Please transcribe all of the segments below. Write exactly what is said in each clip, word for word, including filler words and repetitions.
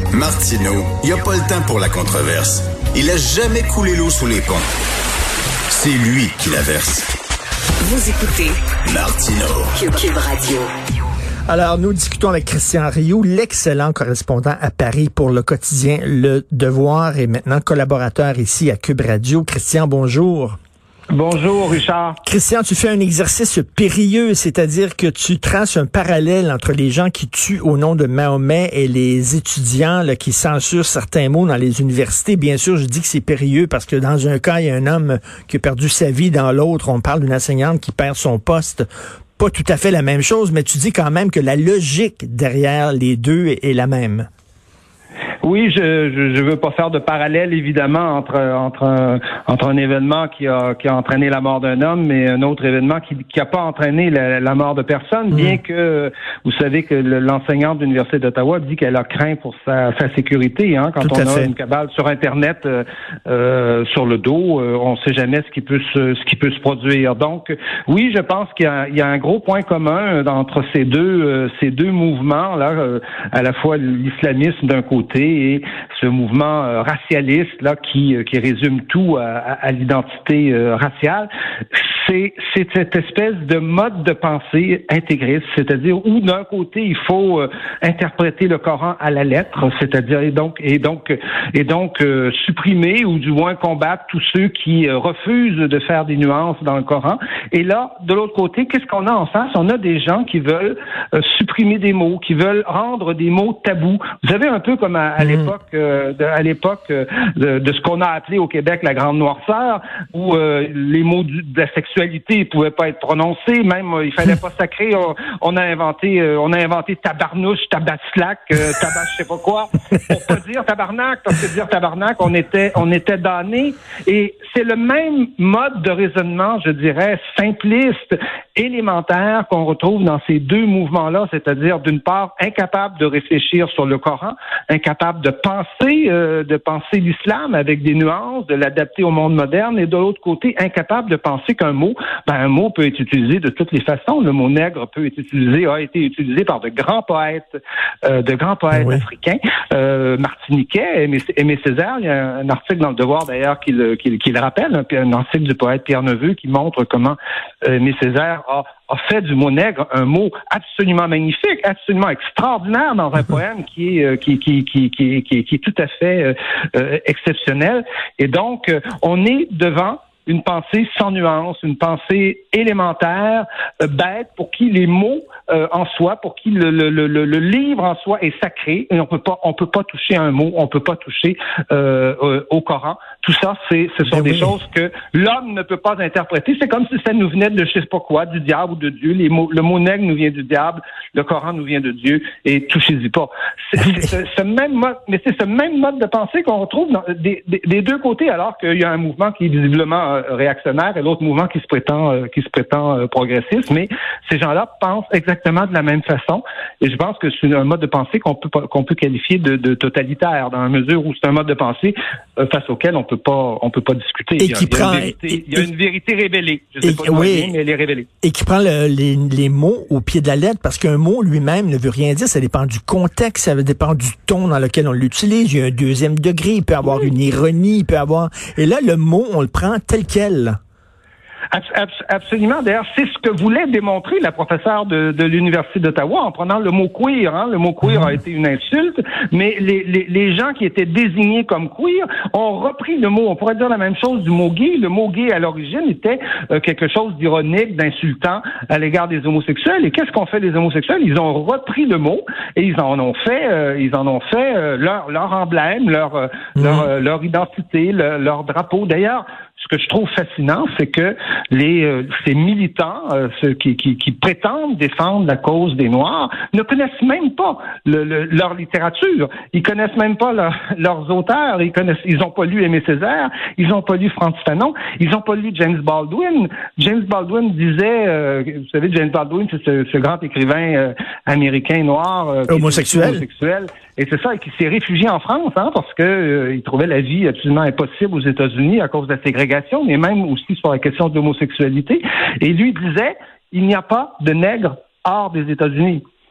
Martineau, il n'y a pas le temps pour la controverse. Il a jamais coulé l'eau sous les ponts. C'est lui qui la verse. Vous écoutez Martineau. Cube, Cube Radio. Alors, nous discutons avec Christian Rioux, l'excellent correspondant à Paris pour le quotidien Le Devoir et maintenant collaborateur ici à Cube Radio. Christian, bonjour. Bonjour, Richard. Christian, tu fais un exercice périlleux, c'est-à-dire que tu traces un parallèle entre les gens qui tuent au nom de Mahomet et les étudiants là, qui censurent certains mots dans les universités. Bien sûr, je dis que c'est périlleux parce que dans un cas, il y a un homme qui a perdu sa vie, dans l'autre, on parle d'une enseignante qui perd son poste. Pas tout à fait la même chose, mais tu dis quand même que la logique derrière les deux est la même. Oui, je, je je veux pas faire de parallèle évidemment entre entre un, entre un événement qui a qui a entraîné la mort d'un homme et un autre événement qui qui a pas entraîné la, la mort de personne, mmh. bien que vous savez que le, l'enseignante de l'Université d'Ottawa dit qu'elle a craint pour sa sa sécurité, hein, quand Tout on a fait. une cabale sur Internet euh, euh, sur le dos, euh, on sait jamais ce qui peut se ce qui peut se produire. Donc oui, je pense qu'il y a il y a un gros point commun entre ces deux euh, ces deux mouvements là, euh, à la fois l'islamisme d'un côté et ce mouvement euh, racialiste là qui euh, qui résume tout à, à, à l'identité euh, raciale, c'est c'est cette espèce de mode de pensée intégriste, c'est-à-dire où d'un côté il faut euh, interpréter le Coran à la lettre, c'est-à-dire et donc et donc et donc euh, supprimer ou du moins combattre tous ceux qui euh, refusent de faire des nuances dans le Coran. Et là, de l'autre côté, qu'est-ce qu'on a en face? On a des gens qui veulent euh, supprimer des mots, qui veulent rendre des mots tabous. Vous savez, un peu comme à, à l'époque, euh, de, à l'époque euh, de, de ce qu'on a appelé au Québec la grande noirceur, où euh, les mots du, de la sexualité ne pouvaient pas être prononcés, même euh, il fallait pas sacrer. On, on a inventé, euh, on a inventé tabarnouche, tabaslac, euh, tabac, je sais pas quoi, pour pas dire tabarnak, parce que dire tabarnak, on était, on était damnés. Et c'est le même mode de raisonnement, je dirais, simpliste, élémentaire qu'on retrouve dans ces deux mouvements-là, c'est-à-dire d'une part incapable de réfléchir sur le Coran, incapable de penser, euh, de penser l'islam avec des nuances, de l'adapter au monde moderne, et de l'autre côté, incapable de penser qu'un mot, ben un mot peut être utilisé de toutes les façons. Le mot nègre peut être utilisé, a été utilisé par de grands poètes, euh, de grands poètes oui. africains, euh, martiniquais, Aimé, Aimé Césaire. Il y a un article dans Le Devoir d'ailleurs qui le, qui, qui le rappelle, un, un article du poète Pierre Neveu qui montre comment euh, Aimé Césaire a a fait du mot nègre un mot absolument magnifique, absolument extraordinaire dans un poème qui est euh, qui, qui, qui, qui, qui, qui est tout à fait euh, euh, exceptionnel. Et donc, euh, on est devant une pensée sans nuance, une pensée élémentaire, euh, bête, pour qui les mots euh, en soi, pour qui le, le, le, le livre en soi est sacré, et on peut pas, on peut pas toucher un mot, on peut pas toucher euh, euh, au Coran. Tout ça, c'est, ce sont ben des oui. choses que l'homme ne peut pas interpréter. C'est comme si ça nous venait de je sais pas quoi, du diable ou de Dieu. Les mots, le mot nègre nous vient du diable, le Coran nous vient de Dieu, et touchez-y pas. C'est, c'est ce, ce même mode, mais c'est ce même mode de pensée qu'on retrouve dans, des, des, des deux côtés, alors qu'il y a un mouvement qui est visiblement euh, réactionnaire et l'autre mouvement qui se prétend euh, qui se prétend euh, progressiste, mais ces gens-là pensent exactement de la même façon, et je pense que c'est un mode de pensée qu'on peut qu'on peut qualifier de, de totalitaire, dans la mesure où c'est un mode de pensée euh, face auquel on peut pas on peut pas discuter. Et il y a, qui il y a prend une vérité, et, il y a une vérité révélée. Je sais et, pas comment oui, dire, mais elle est révélée. Et qui prend le, les, les mots au pied de la lettre, parce qu'un mot lui-même ne veut rien dire. Ça dépend du contexte, ça dépend du ton dans lequel on l'utilise. Il y a un deuxième degré, il peut avoir oui. une ironie, il peut avoir. Et là, le mot, on le prend tel quel. Absolument. D'ailleurs, c'est ce que voulait démontrer la professeure de, de l'Université d'Ottawa en prenant le mot queer. Hein. Le mot queer a été une insulte, mais les, les, les gens qui étaient désignés comme queer ont repris le mot. On pourrait dire la même chose du mot gay. Le mot gay, à l'origine, était euh, quelque chose d'ironique, d'insultant à l'égard des homosexuels. Et qu'est-ce qu'ont fait les homosexuels? Ils ont repris le mot et ils en ont fait, euh, ils en ont fait euh, leur, leur emblème, leur, euh, mmh. leur, euh, leur identité, le, leur drapeau. D'ailleurs, ce que je trouve fascinant, c'est que les euh, ces militants, euh, ceux qui, qui, qui prétendent défendre la cause des Noirs, ne connaissent même pas le, le, leur littérature. Ils connaissent même pas leur, leurs auteurs. Ils connaissent, ils ont pas lu Aimé Césaire. Ils ont pas lu Frantz Fanon. Ils ont pas lu James Baldwin. James Baldwin disait, euh, vous savez, James Baldwin, c'est ce, ce grand écrivain euh, américain noir, euh, homosexuel. homosexuel. Et c'est ça, et qui s'est réfugié en France, hein, parce que euh, il trouvait la vie absolument impossible aux États-Unis à cause de la ségrégation, mais même aussi sur la question de l'homosexualité. Et lui disait, il n'y a pas de nègres hors des États-Unis.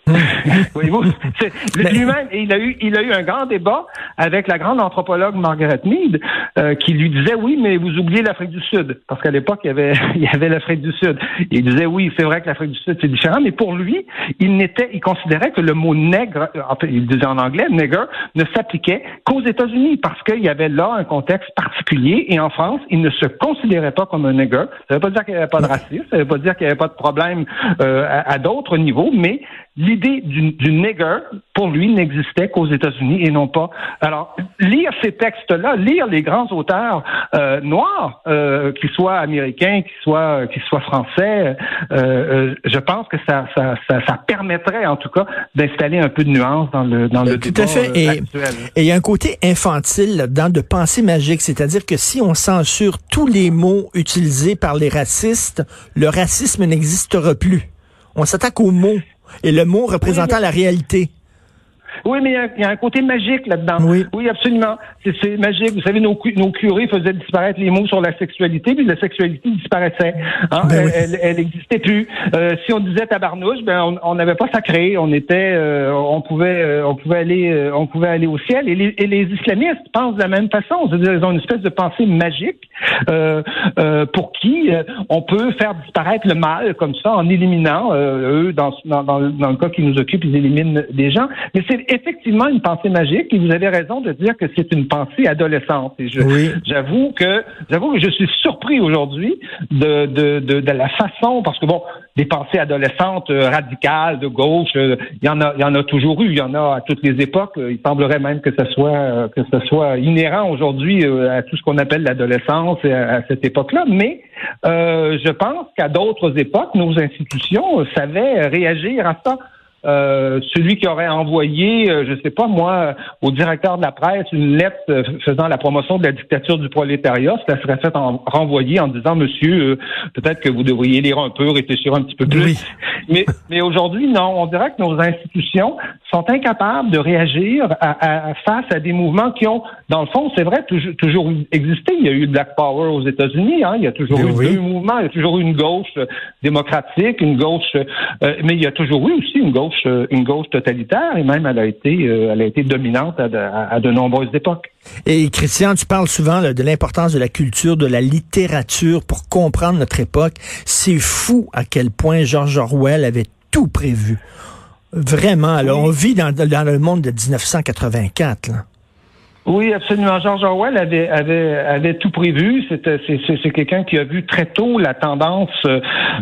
Voyez-vous, c'est, Mais... lui-même, il a eu, il a eu un grand débat avec la grande anthropologue Margaret Mead, euh, qui lui disait oui, mais vous oubliez l'Afrique du Sud, parce qu'à l'époque il y avait, il y avait l'Afrique du Sud. Il disait oui, c'est vrai que l'Afrique du Sud c'est différent, mais pour lui, il n'était, il considérait que le mot nègre, en fait, il disait en anglais nègre, ne s'appliquait qu'aux États-Unis, parce qu'il y avait là un contexte particulier, et en France, il ne se considérait pas comme un nègre. Ça ne veut pas dire qu'il n'y avait pas de racisme, ça ne veut pas dire qu'il n'y avait pas de problème euh, à, à d'autres niveaux, mais l'idée du, du nigger, pour lui, n'existait qu'aux États-Unis et non pas. Alors, lire ces textes-là, lire les grands auteurs euh, noirs, euh, qu'ils soient américains, qu'ils soient, qu'ils soient français, euh, euh, je pense que ça, ça, ça, ça permettrait, en tout cas, d'installer un peu de nuance dans le, dans le tout débat à fait. Et, actuel. Et il y a un côté infantile là-dedans de pensée magique, c'est-à-dire que si on censure tous les mots utilisés par les racistes, le racisme n'existera plus. On s'attaque aux mots. Et le mot représentant oui, mais... la réalité. Oui, mais il y, y a un côté magique là-dedans. Oui, oui absolument. C'est, c'est magique. Vous savez, nos, nos curés faisaient disparaître les mots sur la sexualité, puis la sexualité disparaissait. Hein? Ben elle, elle n'existait plus. Euh, si on disait tabarnouche, ben on n'avait pas sacré. On était, euh, on pouvait, euh, on pouvait aller, euh, on pouvait aller au ciel. Et les, et les islamistes pensent de la même façon. C'est-à-dire, ils ont une espèce de pensée magique euh, euh, pour qui euh, on peut faire disparaître le mal comme ça en éliminant. Euh, eux, dans, dans, dans, dans le cas qui nous occupe, ils éliminent des gens. Mais c'est effectivement une pensée magique, et vous avez raison de dire que c'est une pensée adolescente. Et je, oui. j'avoue que j'avoue que je suis surpris aujourd'hui de, de, de, de la façon, parce que bon, des pensées adolescentes euh, radicales de gauche, il euh, y en a, il y en a toujours eu, il y en a à toutes les époques. Il semblerait même que ça soit euh, que ça soit inhérent aujourd'hui euh, à tout ce qu'on appelle l'adolescence et à, à cette époque-là. Mais euh, je pense qu'à d'autres époques, nos institutions euh, savaient réagir à ça. Euh, celui qui aurait envoyé, euh, je sais pas moi, au directeur de la presse une lettre euh, faisant la promotion de la dictature du prolétariat, ça serait fait en, renvoyer en disant, monsieur, euh, peut-être que vous devriez lire un peu, réfléchir un petit peu plus. Oui. Mais, mais aujourd'hui, non, on dirait que nos institutions sont incapables de réagir à, à, face à des mouvements qui ont, dans le fond, c'est vrai, toujours, toujours existé. Il y a eu Black Power aux États-Unis, hein, il y a toujours oui, eu oui. deux mouvements, il y a toujours eu une gauche euh, démocratique, une gauche, euh, mais il y a toujours eu aussi une gauche une gauche totalitaire, et même elle a été euh, elle a été dominante à de, à de nombreuses époques. Et Christian, tu parles souvent là, de l'importance de la culture, de la littérature pour comprendre notre époque. C'est fou à quel point George Orwell avait tout prévu. Vraiment, là, oui. On vit dans, dans le monde de dix-neuf cent quatre-vingt-quatre, là. Oui, absolument. George Orwell avait avait avait tout prévu. C'était c'est c'est, c'est quelqu'un qui a vu très tôt la tendance. Euh,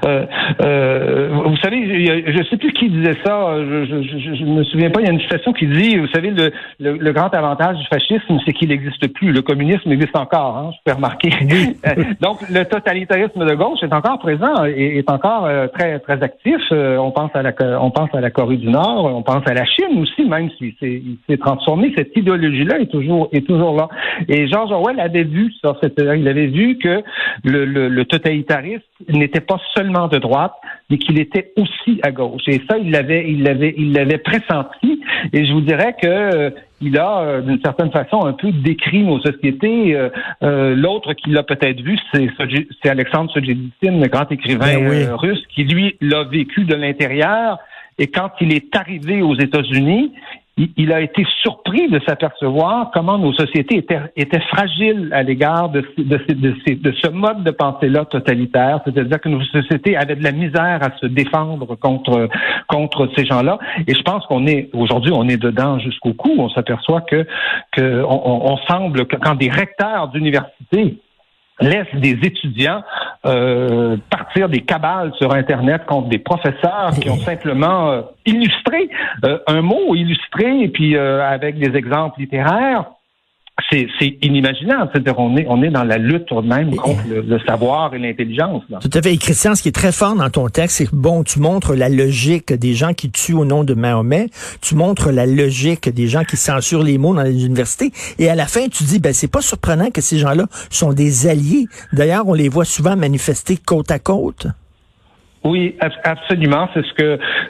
euh, vous savez, je sais plus qui disait ça. Je, je, je, je me souviens pas. Il y a une citation qui dit, vous savez, le, le, le grand avantage du fascisme, c'est qu'il n'existe plus. Le communisme existe encore. Hein, je peux remarquer. Donc, le totalitarisme de gauche est encore présent et est encore euh, très très actif. Euh, on pense à la on pense à la Corée du Nord. On pense à la Chine aussi, même si c'est il s'est transformé. Cette idéologie-là est toujours est toujours là. Et George Orwell avait vu ça. Il avait vu que le, le, le totalitarisme n'était pas seulement de droite, mais qu'il était aussi à gauche. Et ça, il l'avait, il l'avait, il l'avait pressenti. Et je vous dirais que euh, il a, euh, d'une certaine façon, un peu décrit nos sociétés. Euh, euh, l'autre qui l'a peut-être vu, c'est, c'est Alexandre Solzhenitsyn, le grand écrivain ben oui. euh, russe, qui lui l'a vécu de l'intérieur. Et quand il est arrivé aux États-Unis, il a été surpris de s'apercevoir comment nos sociétés étaient, étaient fragiles à l'égard de, de, de, de, de ce mode de pensée-là totalitaire. C'est-à-dire que nos sociétés avaient de la misère à se défendre contre, contre ces gens-là. Et je pense qu'on est, aujourd'hui, on est dedans jusqu'au cou. On s'aperçoit que, que on, on semble que quand des recteurs d'université laisse des étudiants euh, partir des cabales sur Internet contre des professeurs qui ont simplement euh, illustré euh, un mot, illustré, et puis euh, avec des exemples littéraires. C'est, c'est inimaginable. C'est-à-dire, on est, on est dans la lutte même contre le, le savoir et l'intelligence. Là. Tout à fait. Et Christian, ce qui est très fort dans ton texte, c'est que, bon, tu montres la logique des gens qui tuent au nom de Mahomet. Tu montres la logique des gens qui censurent les mots dans les universités. Et à la fin, tu dis, ben, c'est pas surprenant que ces gens-là sont des alliés. D'ailleurs, on les voit souvent manifester côte à côte. Oui, absolument. C'est ce que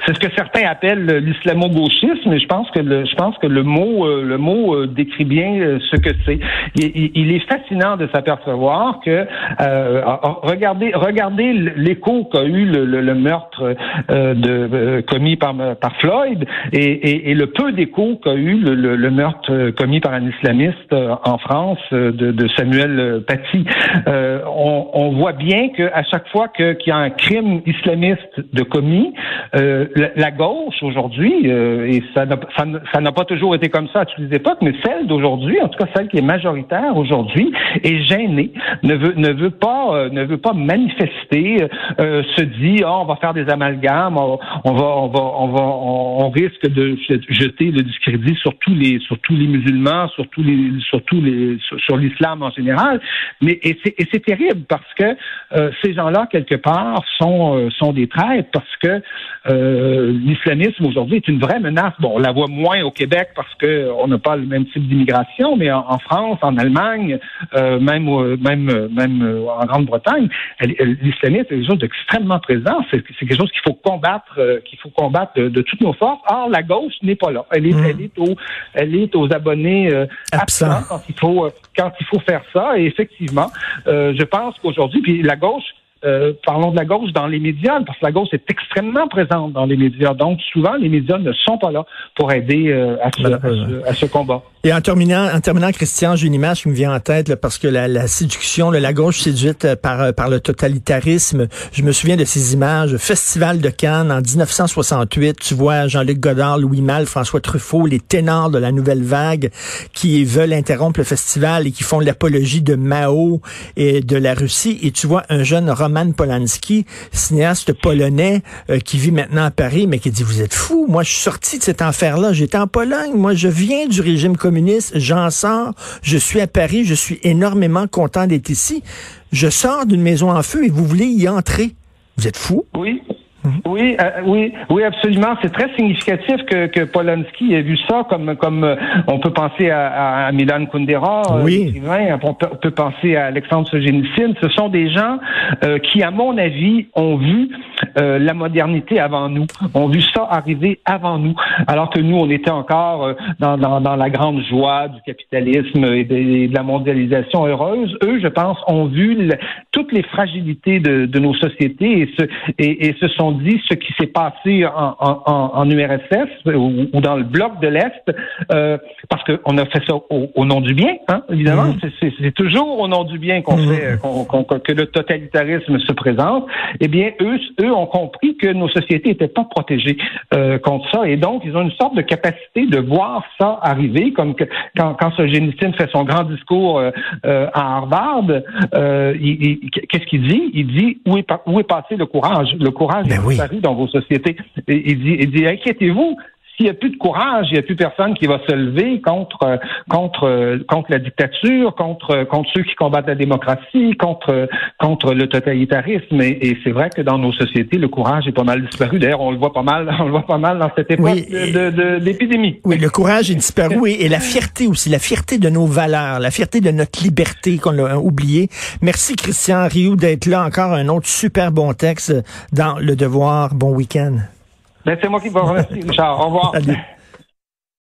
c'est ce que certains appellent l'islamo-gauchisme, mais je pense que le, je pense que le mot, euh, le mot euh, décrit bien euh, ce que c'est. Il, il, il est fascinant de s'apercevoir que euh, regardez, regardez l'écho qu'a eu le, le, le meurtre euh, de euh, commis par par Floyd et, et, et le peu d'écho qu'a eu le, le, le meurtre commis par un islamiste euh, en France euh, de, de Samuel Paty. Euh, on, on voit bien que à chaque fois que, qu'il y a un crime islamiste de commis, euh, la, la gauche aujourd'hui, euh, et ça n'a, ça, ça n'a pas toujours été comme ça à toutes les époques, mais celle d'aujourd'hui, en tout cas celle qui est majoritaire aujourd'hui, est gênée, ne veut ne veut pas euh, ne veut pas manifester, euh, se dit oh, on va faire des amalgames, on, on va on va on va on, on risque de jeter le discrédit sur tous les sur tous les musulmans, sur tous les sur tous les sur, sur l'islam en général, mais et c'est et c'est terrible parce que euh, ces gens-là quelque part sont euh, sont des traîtres parce que euh, l'islamisme aujourd'hui est une vraie menace. Bon, on la voit moins au Québec parce que on n'a pas le même type d'immigration, mais en, en France, en Allemagne, euh, même même même en Grande-Bretagne, elle, elle, l'islamisme est quelque chose d'extrêmement présent. C'est, c'est quelque chose qu'il faut combattre, euh, qu'il faut combattre de, de toutes nos forces. Or, la gauche n'est pas là. Elle est, mmh. elle est aux, elle est aux abonnés euh, absents quand il faut, euh, quand il faut faire ça. Et effectivement, euh, je pense qu'aujourd'hui, puis la gauche. Euh, parlons de la gauche dans les médias, parce que la gauche est extrêmement présente dans les médias. Donc, souvent, les médias ne sont pas là pour aider euh, à, ce, à, ce, à ce combat. Et en terminant, en terminant, Christian, j'ai une image qui me vient en tête là, parce que la, la séduction, là, la gauche séduite par par le totalitarisme. Je me souviens de ces images. Festival de Cannes en dix-neuf cent soixante-huit. Tu vois Jean-Luc Godard, Louis Malle, François Truffaut, les ténors de la nouvelle vague qui veulent interrompre le festival et qui font l'apologie de Mao et de la Russie. Et tu vois un jeune Roman Polanski, cinéaste polonais euh, qui vit maintenant à Paris, mais qui dit vous êtes fous. Moi, je suis sorti de cet enfer-là. J'étais en Pologne. Moi, je viens du régime communiste. J'en sors, je suis à Paris, je suis énormément content d'être ici. Je sors d'une maison en feu et vous voulez y entrer. Vous êtes fous? Oui. Mm-hmm. Oui, euh, oui, oui, absolument. C'est très significatif que, que Polanski ait vu ça, comme comme euh, on peut penser à, à Milan Kundera, oui. euh, écrivain, on peut, on peut penser à Alexandre Solzhenitsyn. Ce sont des gens euh, qui, à mon avis, ont vu euh, la modernité avant nous, ont vu ça arriver avant nous, alors que nous, on était encore euh, dans, dans, dans la grande joie du capitalisme et de, et de la mondialisation heureuse. Eux, je pense, ont vu le, toutes les fragilités de, de nos sociétés et se, et, et se sont dit ce qui s'est passé en, en, en U R S S ou, ou dans le bloc de l'Est, euh, parce qu'on a fait ça au, au nom du bien, hein, évidemment. Mmh. C'est, c'est, c'est toujours au nom du bien qu'on mmh. fait, qu'on, qu'on, que le totalitarisme se présente. Eh bien, eux, eux ont compris que nos sociétés n'étaient pas protégées euh, contre ça, et donc ils ont une sorte de capacité de voir ça arriver, comme que, quand, quand Solzhenitsyn fait son grand discours euh, euh, à Harvard, euh, il, il, qu'est-ce qu'il dit? Il dit où est, où est passé le courage? Le courage ben oui. dans vos sociétés. Et il dit, il dit, inquiétez-vous, s'il n'y a plus de courage, il n'y a plus personne qui va se lever contre contre contre la dictature, contre contre ceux qui combattent la démocratie, contre contre le totalitarisme. Et, et c'est vrai que dans nos sociétés, le courage est pas mal disparu. D'ailleurs, on le voit pas mal, on le voit pas mal dans cette époque oui, de, de, d'épidémie. Oui, le courage est disparu oui, et la fierté aussi, la fierté de nos valeurs, la fierté de notre liberté qu'on a oublié. Merci Christian Rioux d'être là. Encore un autre super bon texte dans Le Devoir. Bon week-end. Ben, c'est moi qui vous remercie, Richard. Au revoir. Salut.